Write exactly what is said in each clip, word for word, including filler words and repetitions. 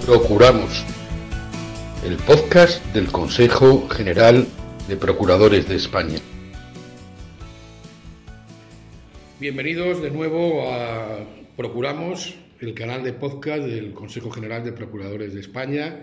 Procuramos, el podcast del Consejo General de Procuradores de España. Bienvenidos de nuevo a Procuramos, el canal de podcast del Consejo General de Procuradores de España,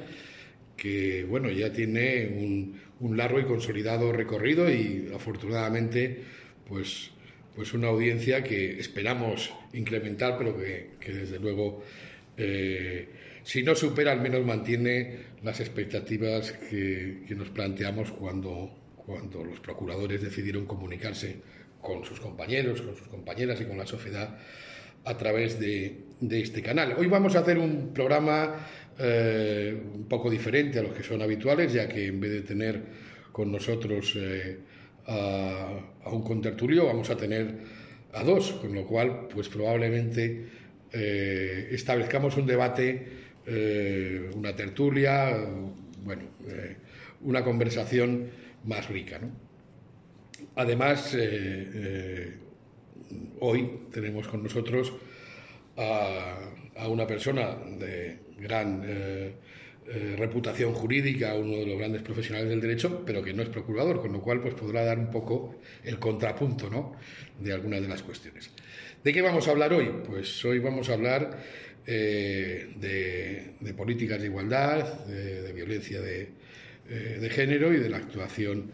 que bueno, ya tiene un, un largo y consolidado recorrido y afortunadamente pues, pues una audiencia que esperamos incrementar, pero que, que desde luego eh, si no supera, al menos mantiene las expectativas que, que nos planteamos cuando, cuando los procuradores decidieron comunicarse con sus compañeros, con sus compañeras y con la sociedad a través de, de este canal. Hoy vamos a hacer un programa eh, un poco diferente a los que son habituales, ya que en vez de tener con nosotros eh, a, a un contertulio, vamos a tener a dos, con lo cual pues probablemente eh, establezcamos un debate, eh, una tertulia, bueno, eh, una conversación más rica, ¿no? Además, eh, eh, hoy tenemos con nosotros a, a una persona de gran eh, eh, reputación jurídica, uno de los grandes profesionales del derecho, pero que no es procurador, con lo cual pues podrá dar un poco el contrapunto, ¿no?, de algunas de las cuestiones. ¿De qué vamos a hablar hoy? Pues hoy vamos a hablar eh, de, de políticas de igualdad, de, de violencia de, eh, de género y de la actuación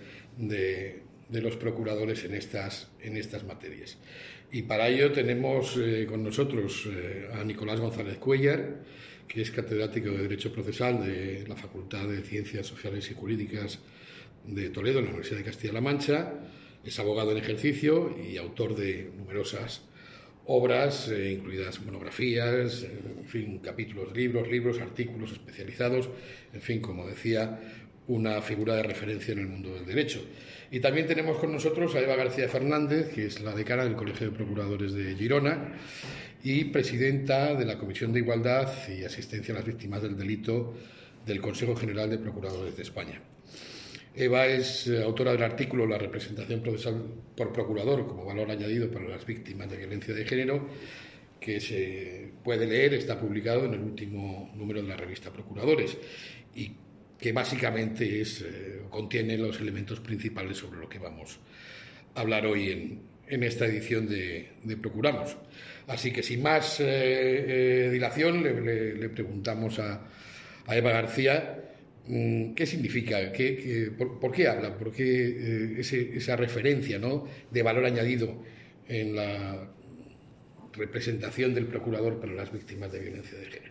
de, de los procuradores en estas, en estas materias. Y para ello tenemos eh, con nosotros eh, a Nicolás González Cuéllar, que es catedrático de Derecho Procesal de la Facultad de Ciencias Sociales y Jurídicas de Toledo, en la Universidad de Castilla-La Mancha. Es abogado en ejercicio y autor de numerosas obras, eh, incluidas monografías, eh, en fin, capítulos, libros, libros, artículos especializados, en fin, como decía, una figura de referencia en el mundo del derecho. Y también tenemos con nosotros a Eva García Fernández, que es la decana del Colegio de Procuradores de Girona y presidenta de la Comisión de Igualdad y Asistencia a las Víctimas del Delito del Consejo General de Procuradores de España. Eva es autora del artículo La representación procesal por procurador como valor añadido para las víctimas de violencia de género, que se puede leer, está publicado en el último número de la revista Procuradores y que básicamente es, eh, contiene los elementos principales sobre lo que vamos a hablar hoy en, en esta edición de, de Procuramos. Así que sin más eh, eh, dilación le, le, le preguntamos a, a Eva García qué significa, qué, qué, por, por qué habla, por qué eh, ese, esa referencia, ¿no?, de valor añadido en la representación del procurador para las víctimas de violencia de género.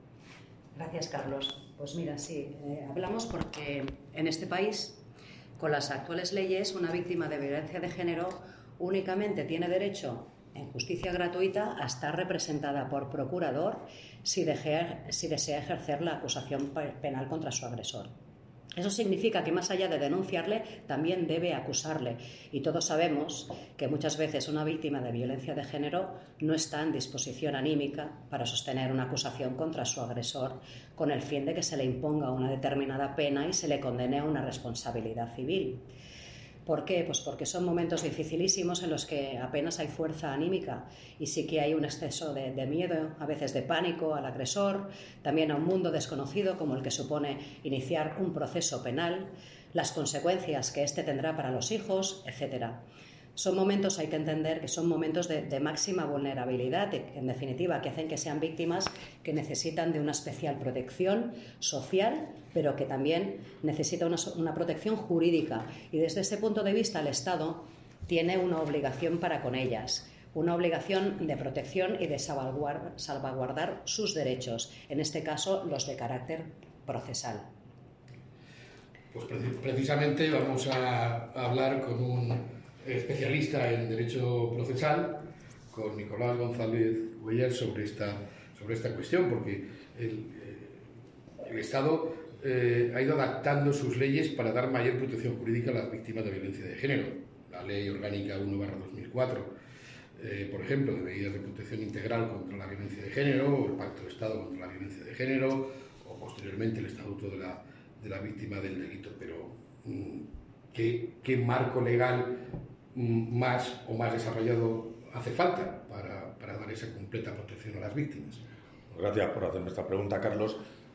Gracias, Carlos. Pues mira, sí, eh, hablamos porque en este país, con las actuales leyes, una víctima de violencia de género únicamente tiene derecho en justicia gratuita a estar representada por procurador si desea, si desea ejercer la acusación penal contra su agresor. Eso significa que más allá de denunciarle, también debe acusarle. Y todos sabemos que muchas veces una víctima de violencia de género no está en disposición anímica para sostener una acusación contra su agresor con el fin de que se le imponga una determinada pena y se le condene a una responsabilidad civil. ¿Por qué? Pues porque son momentos dificilísimos en los que apenas hay fuerza anímica y sí que hay un exceso de, de miedo, a veces de pánico al agresor, también a un mundo desconocido como el que supone iniciar un proceso penal, las consecuencias que éste tendrá para los hijos, etcétera. Son momentos, hay que entender, que son momentos de, de máxima vulnerabilidad, en definitiva, que hacen que sean víctimas que necesitan de una especial protección social, pero que también necesita una, una protección jurídica. Y desde ese punto de vista, el Estado tiene una obligación para con ellas, una obligación de protección y de salvaguardar, salvaguardar sus derechos, en este caso, los de carácter procesal. Pues precisamente vamos a hablar con un especialista en Derecho Procesal, con Nicolás González Cuéllar, sobre esta, sobre esta cuestión, porque el, eh, el Estado eh, ha ido adaptando sus leyes para dar mayor protección jurídica a las víctimas de violencia de género. La Ley Orgánica uno barra dos mil cuatro, eh, por ejemplo, de medidas de protección integral contra la violencia de género, o el Pacto de Estado contra la violencia de género, o posteriormente el Estatuto de la, de la Víctima del Delito. Pero, ¿qué, qué marco legal más o más desarrollado hace falta para, para dar esa completa protección a las víctimas? Gracias por hacerme esta pregunta, Carlos.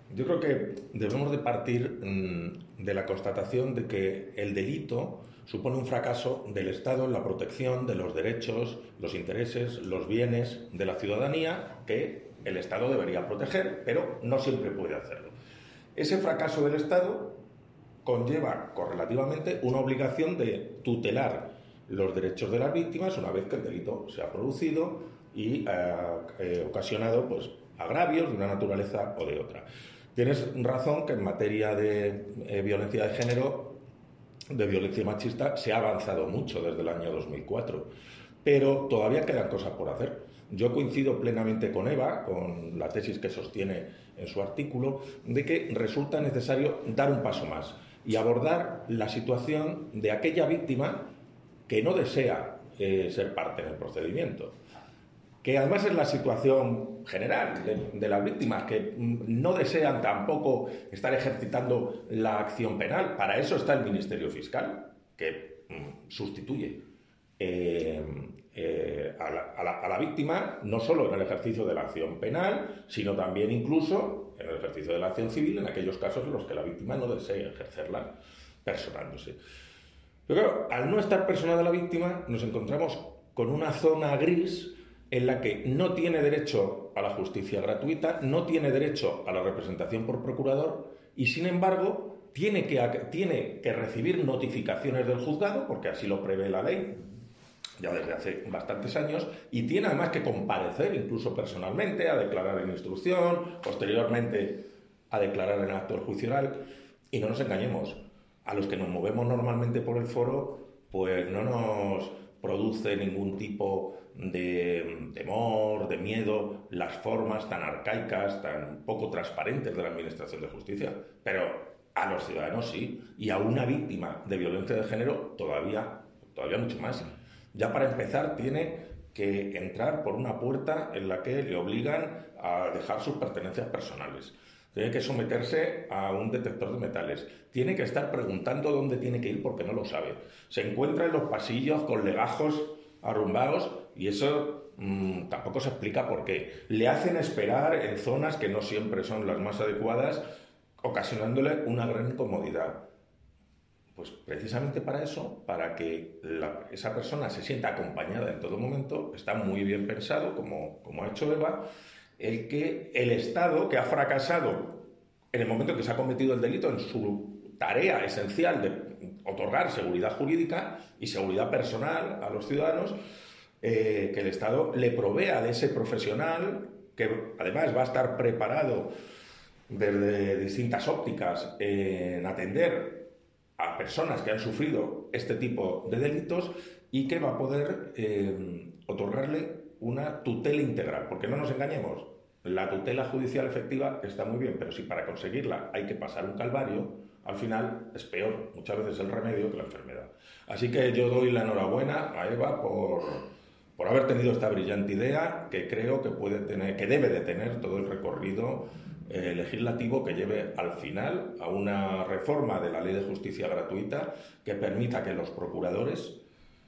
Yo creo que debemos de partir mmm, de la constatación de que el delito supone un fracaso del Estado en la protección de los derechos, los intereses, los bienes de la ciudadanía que el Estado debería proteger, pero no siempre puede hacerlo. Ese fracaso del Estado conlleva correlativamente una obligación de tutelar los derechos de las víctimas una vez que el delito se ha producido y ha eh, ocasionado pues, agravios de una naturaleza o de otra. Tienes razón que en materia de eh, violencia de género, de violencia machista, se ha avanzado mucho desde el año dos mil cuatro, pero todavía quedan cosas por hacer. Yo coincido plenamente con Eva, con la tesis que sostiene en su artículo, de que resulta necesario dar un paso más y abordar la situación de aquella víctima que no desea eh, ser parte en el procedimiento, que además es la situación general de, de las víctimas, que no desean tampoco estar ejercitando la acción penal. Para eso está el Ministerio Fiscal, que mm, sustituye eh, eh, a, la, a, la, a la víctima, no solo en el ejercicio de la acción penal, sino también incluso en el ejercicio de la acción civil, en aquellos casos en los que la víctima no desee ejercerla personándose. Pero claro, al no estar personada la víctima, nos encontramos con una zona gris en la que no tiene derecho a la justicia gratuita, no tiene derecho a la representación por procurador y, sin embargo, tiene que, tiene que recibir notificaciones del juzgado, porque así lo prevé la ley, ya desde hace bastantes años, y tiene además que comparecer incluso personalmente a declarar en instrucción, posteriormente a declarar en acto del juicio oral. Y no nos engañemos, a los que nos movemos normalmente por el foro, pues no nos produce ningún tipo de temor, de miedo, las formas tan arcaicas, tan poco transparentes de la Administración de Justicia. Pero a los ciudadanos sí, y a una víctima de violencia de género todavía, todavía mucho más. Ya para empezar tiene que entrar por una puerta en la que le obligan a dejar sus pertenencias personales. Tiene que someterse a un detector de metales. Tiene que estar preguntando dónde tiene que ir porque no lo sabe. Se encuentra en los pasillos con legajos arrumbados y eso mmm, tampoco se explica por qué. Le hacen esperar en zonas que no siempre son las más adecuadas, ocasionándole una gran incomodidad. Pues precisamente para eso, para que la, esa persona se sienta acompañada en todo momento, está muy bien pensado, como, como ha hecho Eva, el que el Estado, que ha fracasado en el momento en que se ha cometido el delito en su tarea esencial de otorgar seguridad jurídica y seguridad personal a los ciudadanos, eh, que el Estado le provea de ese profesional que además va a estar preparado desde distintas ópticas en atender a personas que han sufrido este tipo de delitos y que va a poder eh, otorgarle una tutela integral, porque no nos engañemos, la tutela judicial efectiva está muy bien, pero si para conseguirla hay que pasar un calvario, al final es peor muchas veces el remedio que la enfermedad. Así que yo doy la enhorabuena a Eva por, por haber tenido esta brillante idea, que creo que puede tener, que debe de tener todo el recorrido eh, legislativo que lleve al final a una reforma de la Ley de Justicia Gratuita que permita que los procuradores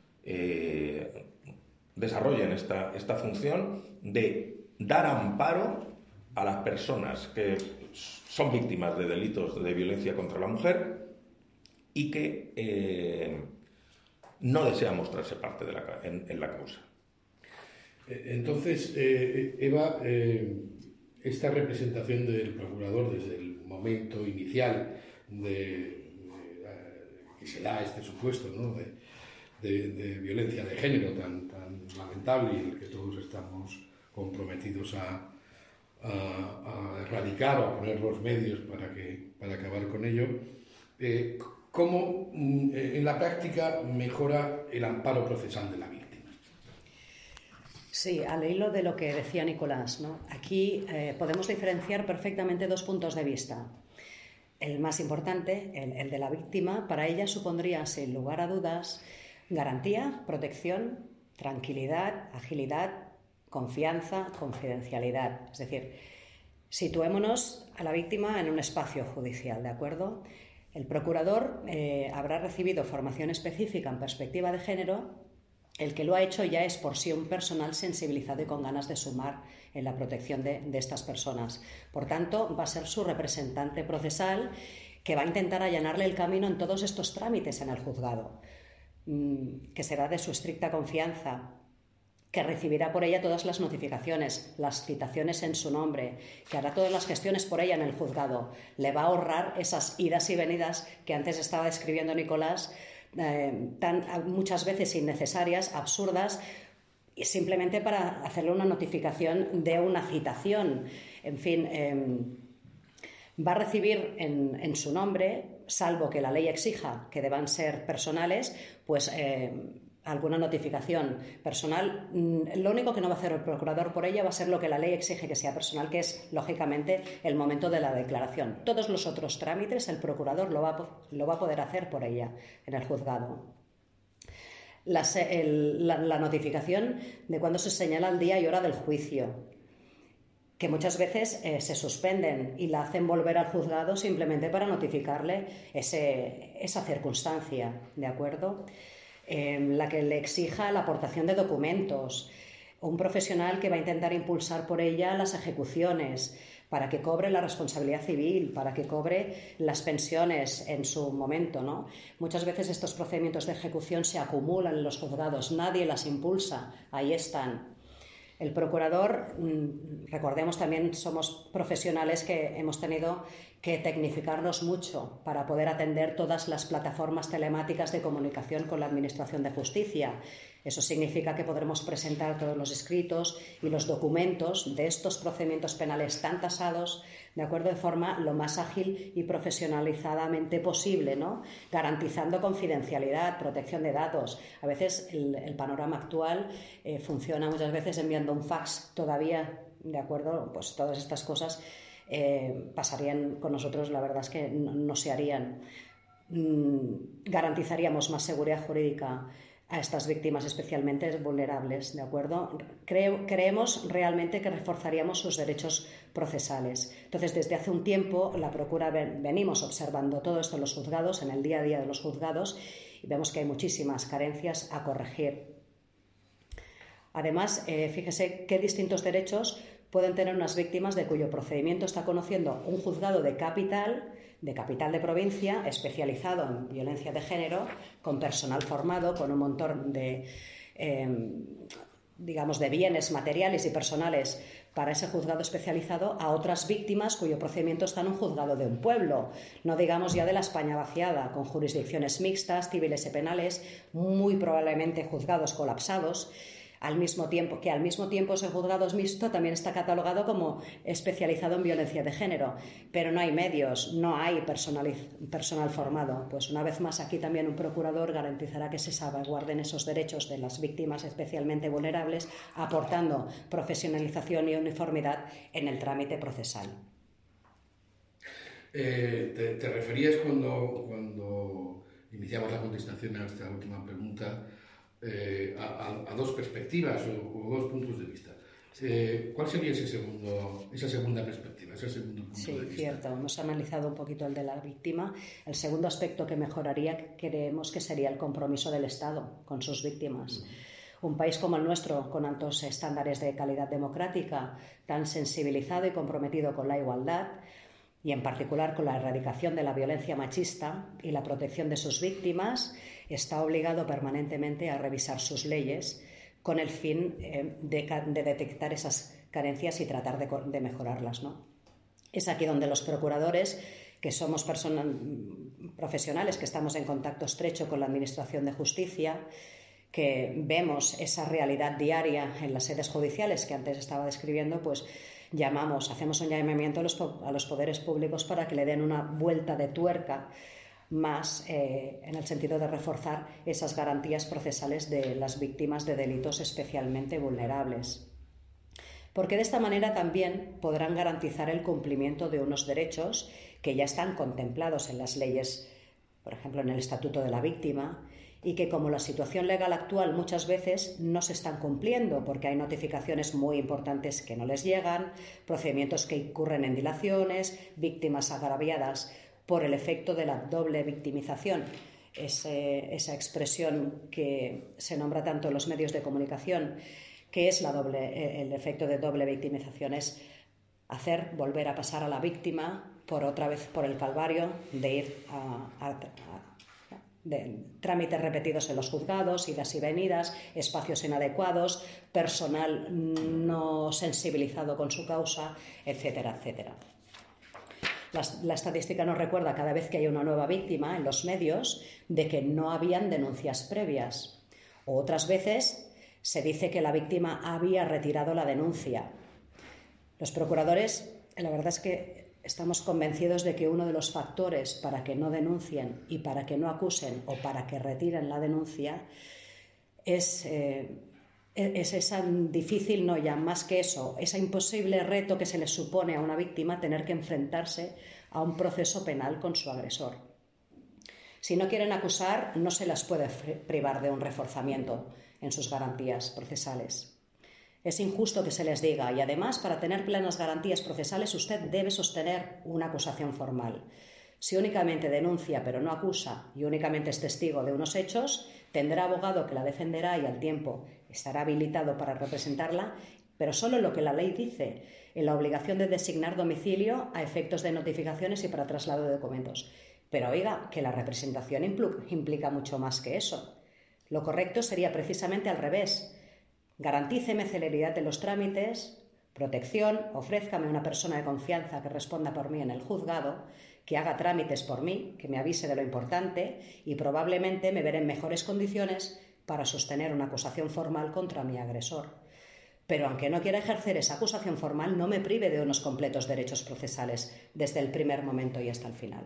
eh, desarrollen esta, esta función de dar amparo a las personas que son víctimas de delitos de violencia contra la mujer y que eh, no desean mostrarse parte de la, en, en la causa. Entonces, eh, Eva, eh, esta representación del procurador desde el momento inicial de, de, que se da este supuesto, ¿no?, de, de, de violencia de género tan, tan lamentable y en el que todos estamos comprometidos a, a, a erradicar o a poner los medios para, que, para acabar con ello, eh, ¿cómo en la práctica mejora el amparo procesal de la víctima? Sí, al hilo de lo que decía Nicolás, ¿no? Aquí eh, podemos diferenciar perfectamente dos puntos de vista. El más importante, el, el de la víctima, para ella supondría, sin lugar a dudas, garantía, protección, tranquilidad, agilidad, confianza, confidencialidad. Es decir, situémonos a la víctima en un espacio judicial, ¿de acuerdo? El procurador eh, habrá recibido formación específica en perspectiva de género El que lo ha hecho ya es por sí un personal sensibilizado y con ganas de sumar en la protección de, de estas personas. Por tanto, va a ser su representante procesal que va a intentar allanarle el camino en todos estos trámites en el juzgado, que será de su estricta confianza, que recibirá por ella todas las notificaciones, las citaciones en su nombre, que hará todas las gestiones por ella en el juzgado. Le va a ahorrar esas idas y venidas que antes estaba describiendo Nicolás, eh, tan, muchas veces innecesarias, absurdas, y simplemente para hacerle una notificación de una citación. En fin, eh, va a recibir en, en su nombre, salvo que la ley exija que deban ser personales, pues eh, alguna notificación personal. Lo único que no va a hacer el procurador por ella va a ser lo que la ley exige que sea personal, que es, lógicamente, el momento de la declaración. Todos los otros trámites el procurador lo va a, lo va a poder hacer por ella en el juzgado. La, el, la, la notificación de cuando se señala el día y hora del juicio, que muchas veces eh, se suspenden y la hacen volver al juzgado simplemente para notificarle ese, esa circunstancia, ¿de acuerdo? Eh, la que le exija la aportación de documentos, un profesional que va a intentar impulsar por ella las ejecuciones para que cobre la responsabilidad civil, para que cobre las pensiones en su momento, ¿no? Muchas veces estos procedimientos de ejecución se acumulan en los juzgados, nadie las impulsa, ahí están. El procurador, recordemos también, somos profesionales que hemos tenido que tecnificarnos mucho para poder atender todas las plataformas telemáticas de comunicación con la Administración de Justicia. Eso significa que podremos presentar todos los escritos y los documentos de estos procedimientos penales tan tasados, de acuerdo, de forma lo más ágil y profesionalizadamente posible, ¿no? Garantizando confidencialidad, protección de datos. A veces el, el panorama actual eh, funciona muchas veces enviando un fax todavía, de acuerdo, pues todas estas cosas eh, pasarían con nosotros, la verdad es que no, no se harían. Mm, garantizaríamos más seguridad jurídica a estas víctimas especialmente vulnerables, ¿de acuerdo? Creo, creemos realmente que reforzaríamos sus derechos procesales. Entonces, desde hace un tiempo, la Procura ven, venimos observando todo esto en los juzgados, en el día a día de los juzgados, y vemos que hay muchísimas carencias a corregir. Además, eh, fíjese qué distintos derechos pueden tener unas víctimas de cuyo procedimiento está conociendo un juzgado de capital, de capital de provincia, especializado en violencia de género, con personal formado, con un montón de, eh, digamos, de bienes materiales y personales para ese juzgado especializado, a otras víctimas cuyo procedimiento está en un juzgado de un pueblo, no digamos ya de la España vaciada, con jurisdicciones mixtas, civiles y penales, muy probablemente juzgados colapsados. Al mismo tiempo, que al mismo tiempo ese juzgado mixto también está catalogado como especializado en violencia de género, pero no hay medios, no hay personal, personal formado. Pues una vez más aquí también un procurador garantizará que se salvaguarden esos derechos de las víctimas especialmente vulnerables, aportando profesionalización y uniformidad en el trámite procesal. Eh, te, te referías cuando, cuando iniciamos la contestación a esta última pregunta Eh, a, a, a dos perspectivas o, o dos puntos de vista. Eh, ¿Cuál sería ese segundo, esa segunda perspectiva, ese segundo punto sí, de vista? Sí, cierto. Hemos analizado un poquito el de la víctima. El segundo aspecto que mejoraría creemos que sería el compromiso del Estado con sus víctimas. Uh-huh. Un país como el nuestro, con altos estándares de calidad democrática, tan sensibilizado y comprometido con la igualdad, y en particular con la erradicación de la violencia machista y la protección de sus víctimas, está obligado permanentemente a revisar sus leyes con el fin eh, de, de detectar esas carencias y tratar de, de mejorarlas, ¿no? Es aquí donde los procuradores, que somos personas profesionales, que estamos en contacto estrecho con la Administración de Justicia, que vemos esa realidad diaria en las sedes judiciales que antes estaba describiendo, pues llamamos, hacemos un llamamiento a los, a los poderes públicos para que le den una vuelta de tuerca más eh, en el sentido de reforzar esas garantías procesales de las víctimas de delitos especialmente vulnerables. Porque de esta manera también podrán garantizar el cumplimiento de unos derechos que ya están contemplados en las leyes, por ejemplo en el Estatuto de la Víctima, y que como la situación legal actual muchas veces no se están cumpliendo porque hay notificaciones muy importantes que no les llegan, procedimientos que incurren en dilaciones, víctimas agraviadas por el efecto de la doble victimización ese, esa expresión que se nombra tanto en los medios de comunicación, que es la doble, el efecto de doble victimización, es hacer volver a pasar a la víctima por otra vez por el calvario de ir a, a, a de trámites repetidos en los juzgados, idas y venidas, espacios inadecuados, personal no sensibilizado con su causa, etcétera, etcétera. La, la estadística nos recuerda cada vez que hay una nueva víctima en los medios de que no habían denuncias previas. O otras veces se dice que la víctima había retirado la denuncia. Los procuradores, la verdad es que estamos convencidos de que uno de los factores para que no denuncien y para que no acusen o para que retiren la denuncia es, eh, es esa difícil, no ya más que eso, ese imposible reto que se le supone a una víctima tener que enfrentarse a un proceso penal con su agresor. Si no quieren acusar, no se las puede privar de un reforzamiento en sus garantías procesales. Es injusto que se les diga, y además, para tener plenas garantías procesales, usted debe sostener una acusación formal. Si únicamente denuncia pero no acusa y únicamente es testigo de unos hechos, tendrá abogado que la defenderá y al tiempo estará habilitado para representarla, pero solo lo que la ley dice, en la obligación de designar domicilio a efectos de notificaciones y para traslado de documentos. Pero oiga, que la representación implica mucho más que eso. Lo correcto sería precisamente al revés. Garantíceme celeridad en los trámites, protección, ofrézcame una persona de confianza que responda por mí en el juzgado, que haga trámites por mí, que me avise de lo importante y probablemente me veré en mejores condiciones para sostener una acusación formal contra mi agresor. Pero aunque no quiera ejercer esa acusación formal, no me prive de unos completos derechos procesales desde el primer momento y hasta el final.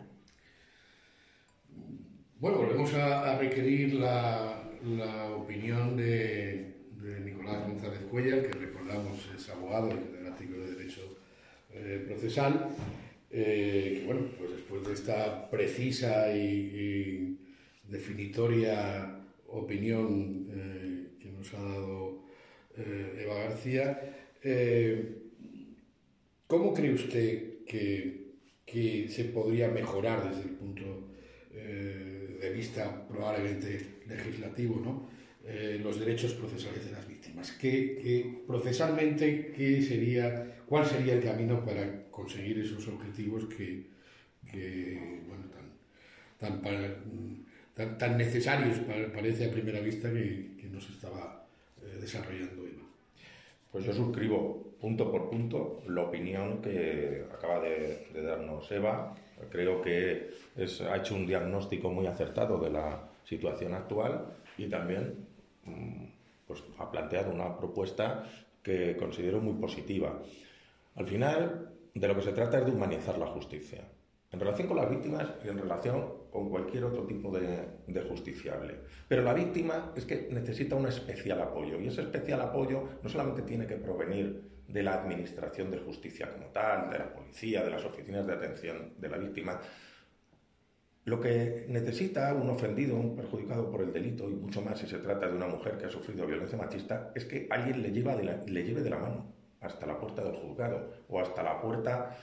Bueno, volvemos a, a requerir la, la opinión de... de Nicolás González Cuéllar, que recordamos es abogado y catedrático de Derecho eh, Procesal, eh, que bueno, pues después de esta precisa y, y definitoria opinión eh, que nos ha dado eh, Eva García, eh, ¿cómo cree usted que, que se podría mejorar desde el punto eh, de vista probablemente legislativo, ¿no? Eh, los derechos procesales de las víctimas? ¿Qué, qué, procesalmente, ¿qué sería, cuál sería el camino para conseguir esos objetivos que, que bueno, tan, tan, para, tan, tan necesarios para, parece a primera vista que, que nos estaba eh, desarrollando Eva? Pues yo suscribo punto por punto la opinión que acaba de, de darnos Eva. Creo que es, ha hecho un diagnóstico muy acertado de la situación actual y también pues ha planteado una propuesta que considero muy positiva. Al final, de lo que se trata es de humanizar la justicia, en relación con las víctimas y en relación con cualquier otro tipo de, de justiciable. Pero la víctima es que necesita un especial apoyo, y ese especial apoyo no solamente tiene que provenir de la administración de justicia como tal, de la policía, de las oficinas de atención de la víctima. Lo que necesita un ofendido, un perjudicado por el delito, y mucho más si se trata de una mujer que ha sufrido violencia machista, es que alguien le, lleva de la, le lleve de la mano hasta la puerta del juzgado o hasta la puerta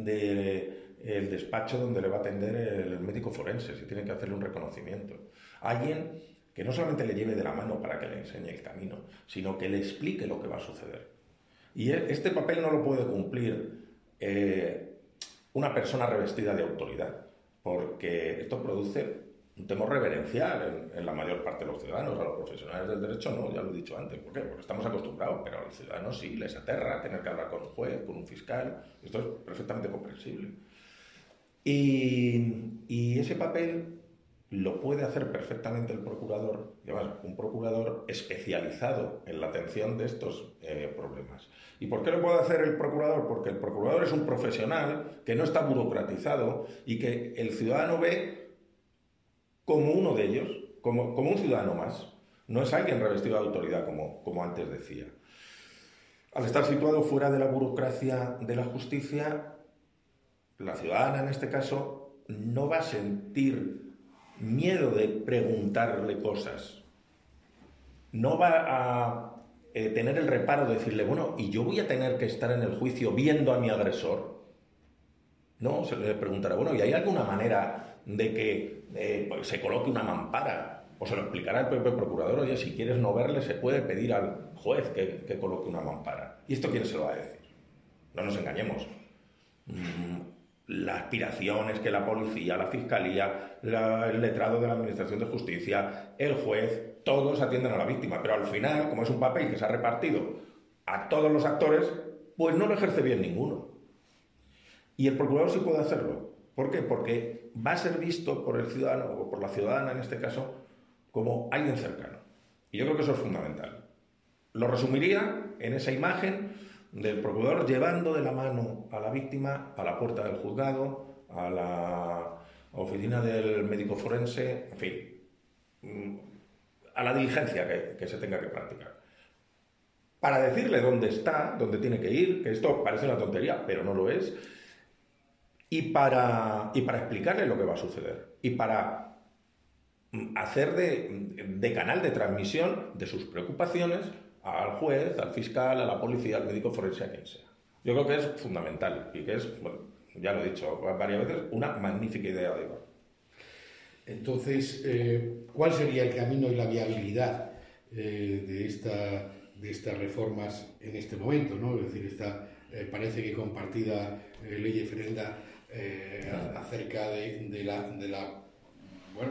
del despacho donde le va a atender el médico forense, si tiene que hacerle un reconocimiento. Alguien que no solamente le lleve de la mano para que le enseñe el camino, sino que le explique lo que va a suceder. Y este papel no lo puede cumplir eh, una persona revestida de autoridad, porque esto produce un temor reverencial en, en la mayor parte de los ciudadanos. A los profesionales del derecho no, ya lo he dicho antes. ¿Por qué? Porque estamos acostumbrados, pero a los ciudadanos sí les aterra tener que hablar con un juez, con un fiscal. Esto es perfectamente comprensible. Y, y ese papel lo puede hacer perfectamente el procurador, y además un procurador especializado en la atención de estos eh, problemas. ¿Y por qué lo puede hacer el procurador? Porque el procurador es un profesional que no está burocratizado y que el ciudadano ve como uno de ellos, como, como un ciudadano más. No es alguien revestido de autoridad, como, como antes decía. Al estar situado fuera de la burocracia de la justicia, la ciudadana en este caso no va a sentir miedo de preguntarle cosas. No va a eh, tener el reparo de decirle, bueno, ¿y yo voy a tener que estar en el juicio viendo a mi agresor? No, se le preguntará, bueno, ¿y hay alguna manera de que eh, pues, se coloque una mampara? O se lo explicará el propio procurador, oye, si quieres no verle, se puede pedir al juez que, que coloque una mampara. ¿Y esto quién se lo va a decir? No nos engañemos. Mm, la aspiración es que la policía, la fiscalía, la, el letrado de la Administración de Justicia, el juez, todos atienden a la víctima, pero al final, como es un papel que se ha repartido a todos los actores, pues no lo ejerce bien ninguno. Y el procurador sí puede hacerlo. ¿Por qué? Porque va a ser visto por el ciudadano, o por la ciudadana en este caso, como alguien cercano. Y yo creo que eso es fundamental. Lo resumiría en esa imagen del procurador llevando de la mano a la víctima a la puerta del juzgado, a la oficina del médico forense, en fin, a la diligencia que, que se tenga que practicar. Para decirle dónde está, dónde tiene que ir, que esto parece una tontería, pero no lo es, y para, y para explicarle lo que va a suceder, y para hacer de, de canal de transmisión de sus preocupaciones al juez, al fiscal, a la policía, al médico forense, a quien sea. Yo creo que es fundamental y que es, bueno, ya lo he dicho varias veces, una magnífica idea de Iván. Entonces, eh, ¿cuál sería el camino y la viabilidad eh, de, esta, de estas reformas en este momento, ¿no? Es decir, esta eh, parece que compartida eh, ley de Ferenda eh, acerca de, de, la, de la, bueno,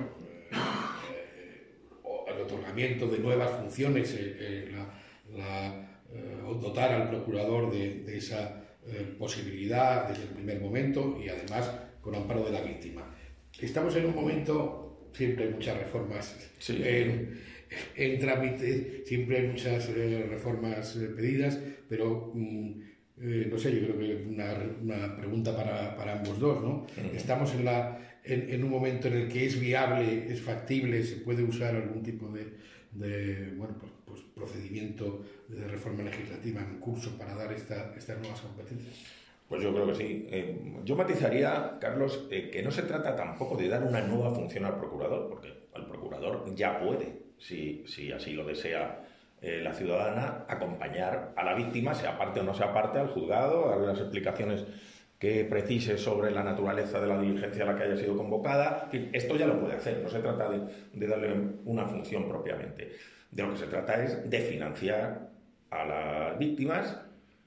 eh, el otorgamiento de nuevas funciones, eh, eh, la, la, eh, dotar al procurador de, de esa eh, posibilidad desde el primer momento y además con amparo de la víctima. Estamos en un momento, siempre hay muchas reformas sí. en, en trámite, siempre hay muchas eh, reformas eh, pedidas, pero mm, eh, no sé, yo creo que una, una pregunta para, para ambos dos, ¿no? Uh-huh. Estamos en, la, en, en un momento en el que es viable, es factible, se puede usar algún tipo de, de bueno, pues, pues procedimiento de reforma legislativa en curso para dar esta, estas nuevas competencias. Pues yo creo que sí. Eh, yo matizaría, Carlos, eh, que no se trata tampoco de dar una nueva función al procurador, porque el procurador ya puede, si, si así lo desea eh, la ciudadana, acompañar a la víctima, sea parte o no sea parte, al juzgado, darle las explicaciones que precise sobre la naturaleza de la diligencia a la que haya sido convocada. Esto ya lo puede hacer, no se trata de, de darle una función propiamente. De lo que se trata es de financiar a las víctimas,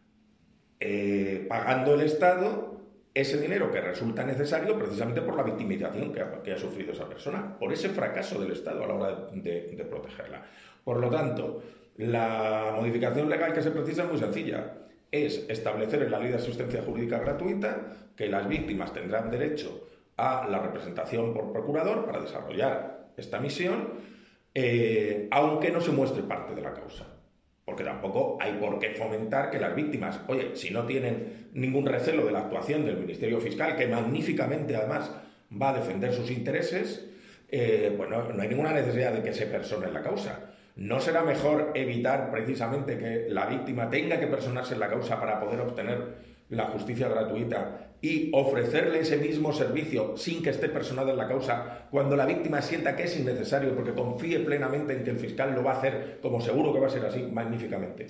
Eh, pagando el Estado ese dinero que resulta necesario precisamente por la victimización que ha, que ha sufrido esa persona, por ese fracaso del Estado a la hora de, de, de protegerla. Por lo tanto, la modificación legal que se precisa es muy sencilla. Es establecer en la Ley de Asistencia Jurídica Gratuita que las víctimas tendrán derecho a la representación por procurador para desarrollar esta misión, eh, aunque no se muestre parte de la causa. Porque tampoco hay por qué fomentar que las víctimas, oye, si no tienen ningún recelo de la actuación del Ministerio Fiscal, que magníficamente además va a defender sus intereses, eh, bueno, no hay ninguna necesidad de que se persone en la causa. ¿No será mejor evitar precisamente que la víctima tenga que personarse en la causa para poder obtener la justicia gratuita y ofrecerle ese mismo servicio sin que esté personada en la causa cuando la víctima sienta que es innecesario porque confíe plenamente en que el fiscal lo va a hacer, como seguro que va a ser así, magníficamente?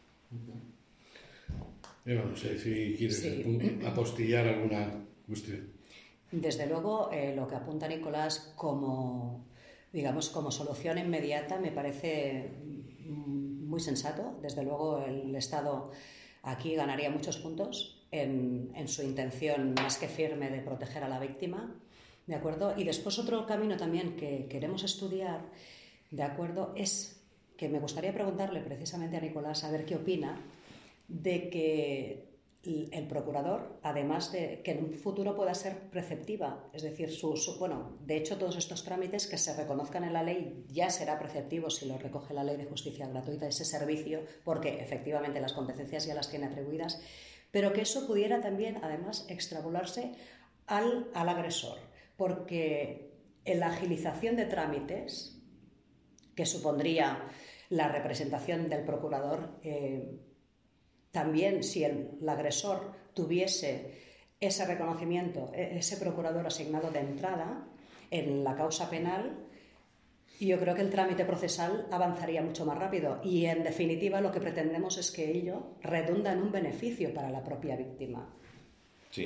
Yo no sé si quieres sí. apostillar alguna cuestión. Desde luego, eh, lo que apunta Nicolás como, digamos, como solución inmediata me parece muy sensato. Desde luego, el Estado aquí ganaría muchos puntos en, en su intención más que firme de proteger a la víctima, ¿de acuerdo? Y después otro camino también que queremos estudiar, ¿de acuerdo?, es que me gustaría preguntarle precisamente a Nicolás a ver qué opina de que el procurador, además de que en un futuro pueda ser preceptiva, es decir, su, su, bueno, de hecho todos estos trámites que se reconozcan en la ley ya será preceptivo si lo recoge la Ley de Justicia Gratuita, ese servicio, porque efectivamente las competencias ya las tiene atribuidas, pero que eso pudiera también además extrapolarse al, al agresor, porque en la agilización de trámites que supondría la representación del procurador, eh, también si el, el agresor tuviese ese reconocimiento, ese procurador asignado de entrada en la causa penal, yo creo que el trámite procesal avanzaría mucho más rápido y, en definitiva, lo que pretendemos es que ello redunda en un beneficio para la propia víctima. Sí,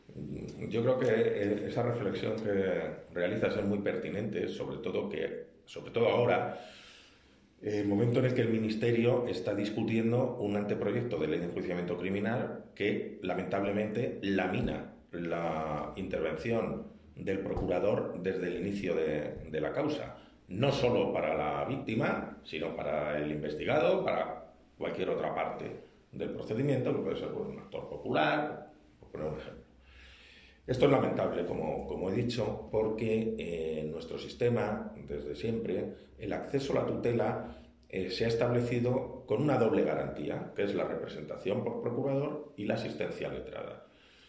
Yo creo que esa reflexión que realizas es muy pertinente, sobre todo que, sobre todo ahora, el momento en el que el Ministerio está discutiendo un anteproyecto de ley de enjuiciamiento criminal que lamentablemente lamina la intervención del procurador desde el inicio de, de la causa, no solo para la víctima, sino para el investigado, para cualquier otra parte del procedimiento, que puede ser pues, un actor popular, por poner un ejemplo. Esto es lamentable, como, como he dicho, porque eh, en nuestro sistema, desde siempre, el acceso a la tutela eh, se ha establecido con una doble garantía, que es la representación por procurador y la asistencia letrada.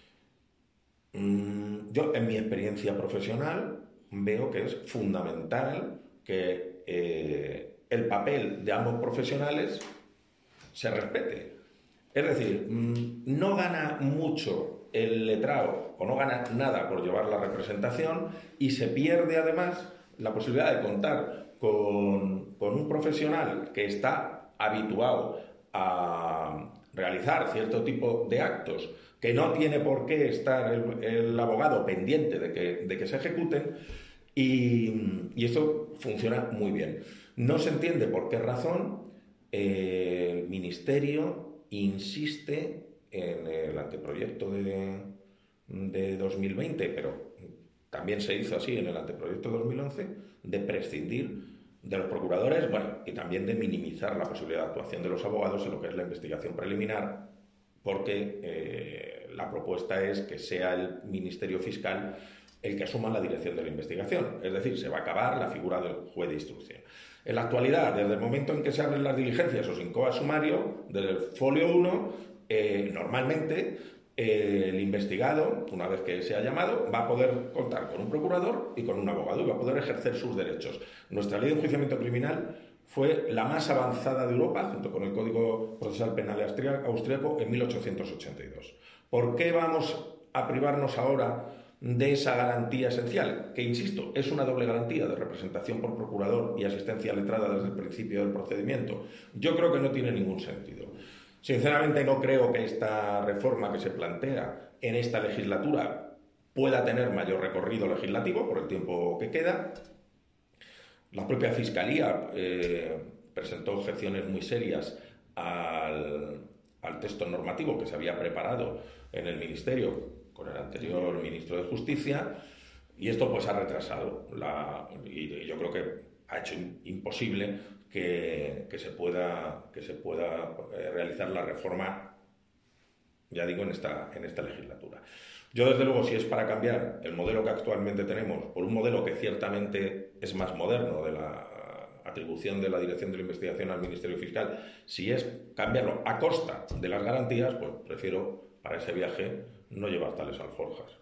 Mm, yo, en mi experiencia profesional, veo que es fundamental que eh, el papel de ambos profesionales se respete. Es decir, mm, no gana mucho el letrado o no gana nada por llevar la representación y se pierde además la posibilidad de contar con, con un profesional que está habituado a realizar cierto tipo de actos, que no tiene por qué estar el, el abogado pendiente de que, de que se ejecuten, y, y esto funciona muy bien. No se entiende por qué razón eh, el Ministerio insiste en el anteproyecto de, de dos mil veinte, pero también se hizo así en el anteproyecto de dos mil once, de prescindir de los procuradores, bueno, y también de minimizar la posibilidad de actuación de los abogados en lo que es la investigación preliminar, porque eh, la propuesta es que sea el Ministerio Fiscal el que asuma la dirección de la investigación, es decir, se va a acabar la figura del juez de instrucción. En la actualidad, desde el momento en que se abren las diligencias o se incoa sumario, desde el folio uno, Eh, normalmente eh, el investigado, una vez que se ha llamado, va a poder contar con un procurador y con un abogado y va a poder ejercer sus derechos. Nuestra ley de enjuiciamiento criminal fue la más avanzada de Europa, junto con el Código Procesal Penal austríaco, en mil ochocientos ochenta y dos. ¿Por qué vamos a privarnos ahora de esa garantía esencial? Que, insisto, es una doble garantía de representación por procurador y asistencia letrada desde el principio del procedimiento. Yo creo que no tiene ningún sentido. Sinceramente no creo que esta reforma que se plantea en esta legislatura pueda tener mayor recorrido legislativo por el tiempo que queda. La propia Fiscalía eh, presentó objeciones muy serias al, al texto normativo que se había preparado en el Ministerio con el anterior ministro de Justicia, y esto pues ha retrasado la, y, y yo creo que ha hecho imposible que, que se pueda, que se pueda eh, realizar la reforma, ya digo, en esta, en esta legislatura. Yo, desde luego, si es para cambiar el modelo que actualmente tenemos por un modelo que ciertamente es más moderno, de la atribución de la dirección de la investigación al Ministerio Fiscal, si es cambiarlo a costa de las garantías, pues prefiero para ese viaje no llevar tales alforjas.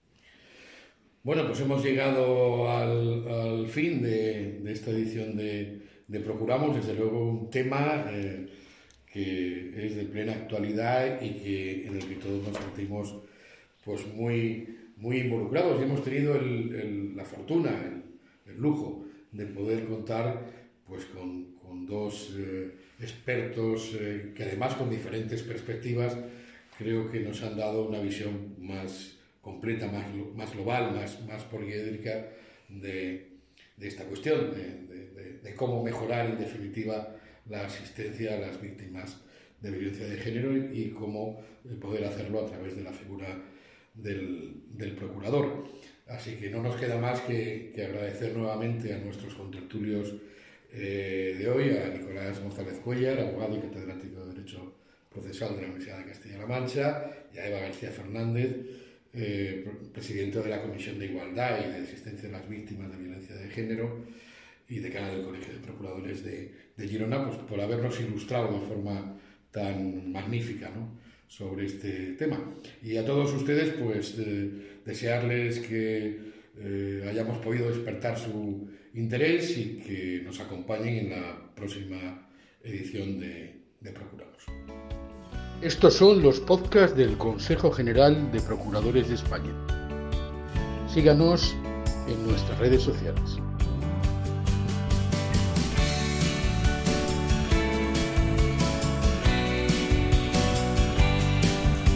Bueno, pues hemos llegado al, al fin de, de esta edición de, de Procuramos, desde luego un tema eh, que es de plena actualidad y que, en el que todos nos sentimos pues muy, muy involucrados, y hemos tenido el, el, la fortuna, el, el lujo de poder contar pues con, con dos eh, expertos eh, que, además, con diferentes perspectivas, creo que nos han dado una visión más completa, más, más global, más, más poliédrica de, de esta cuestión, de, de, de cómo mejorar, en definitiva, la asistencia a las víctimas de violencia de género y, y cómo poder hacerlo a través de la figura del, del procurador. Así que no nos queda más que, que agradecer nuevamente a nuestros contertulios eh, de hoy, a Nicolás González Cuellar, abogado y catedrático de Derecho Procesal de la Universidad de Castilla-La Mancha, y a Eva García Fernández, Eh, presidente de la Comisión de Igualdad y de Asistencia a las Víctimas de Violencia de Género y decana del Colegio de Procuradores de, de Girona, pues por habernos ilustrado de forma tan magnífica, ¿no?, sobre este tema. Y a todos ustedes, pues eh, desearles que eh, hayamos podido despertar su interés y que nos acompañen en la próxima edición de, de Procuramos. Estos son los podcasts del Consejo General de Procuradores de España. Síganos en nuestras redes sociales.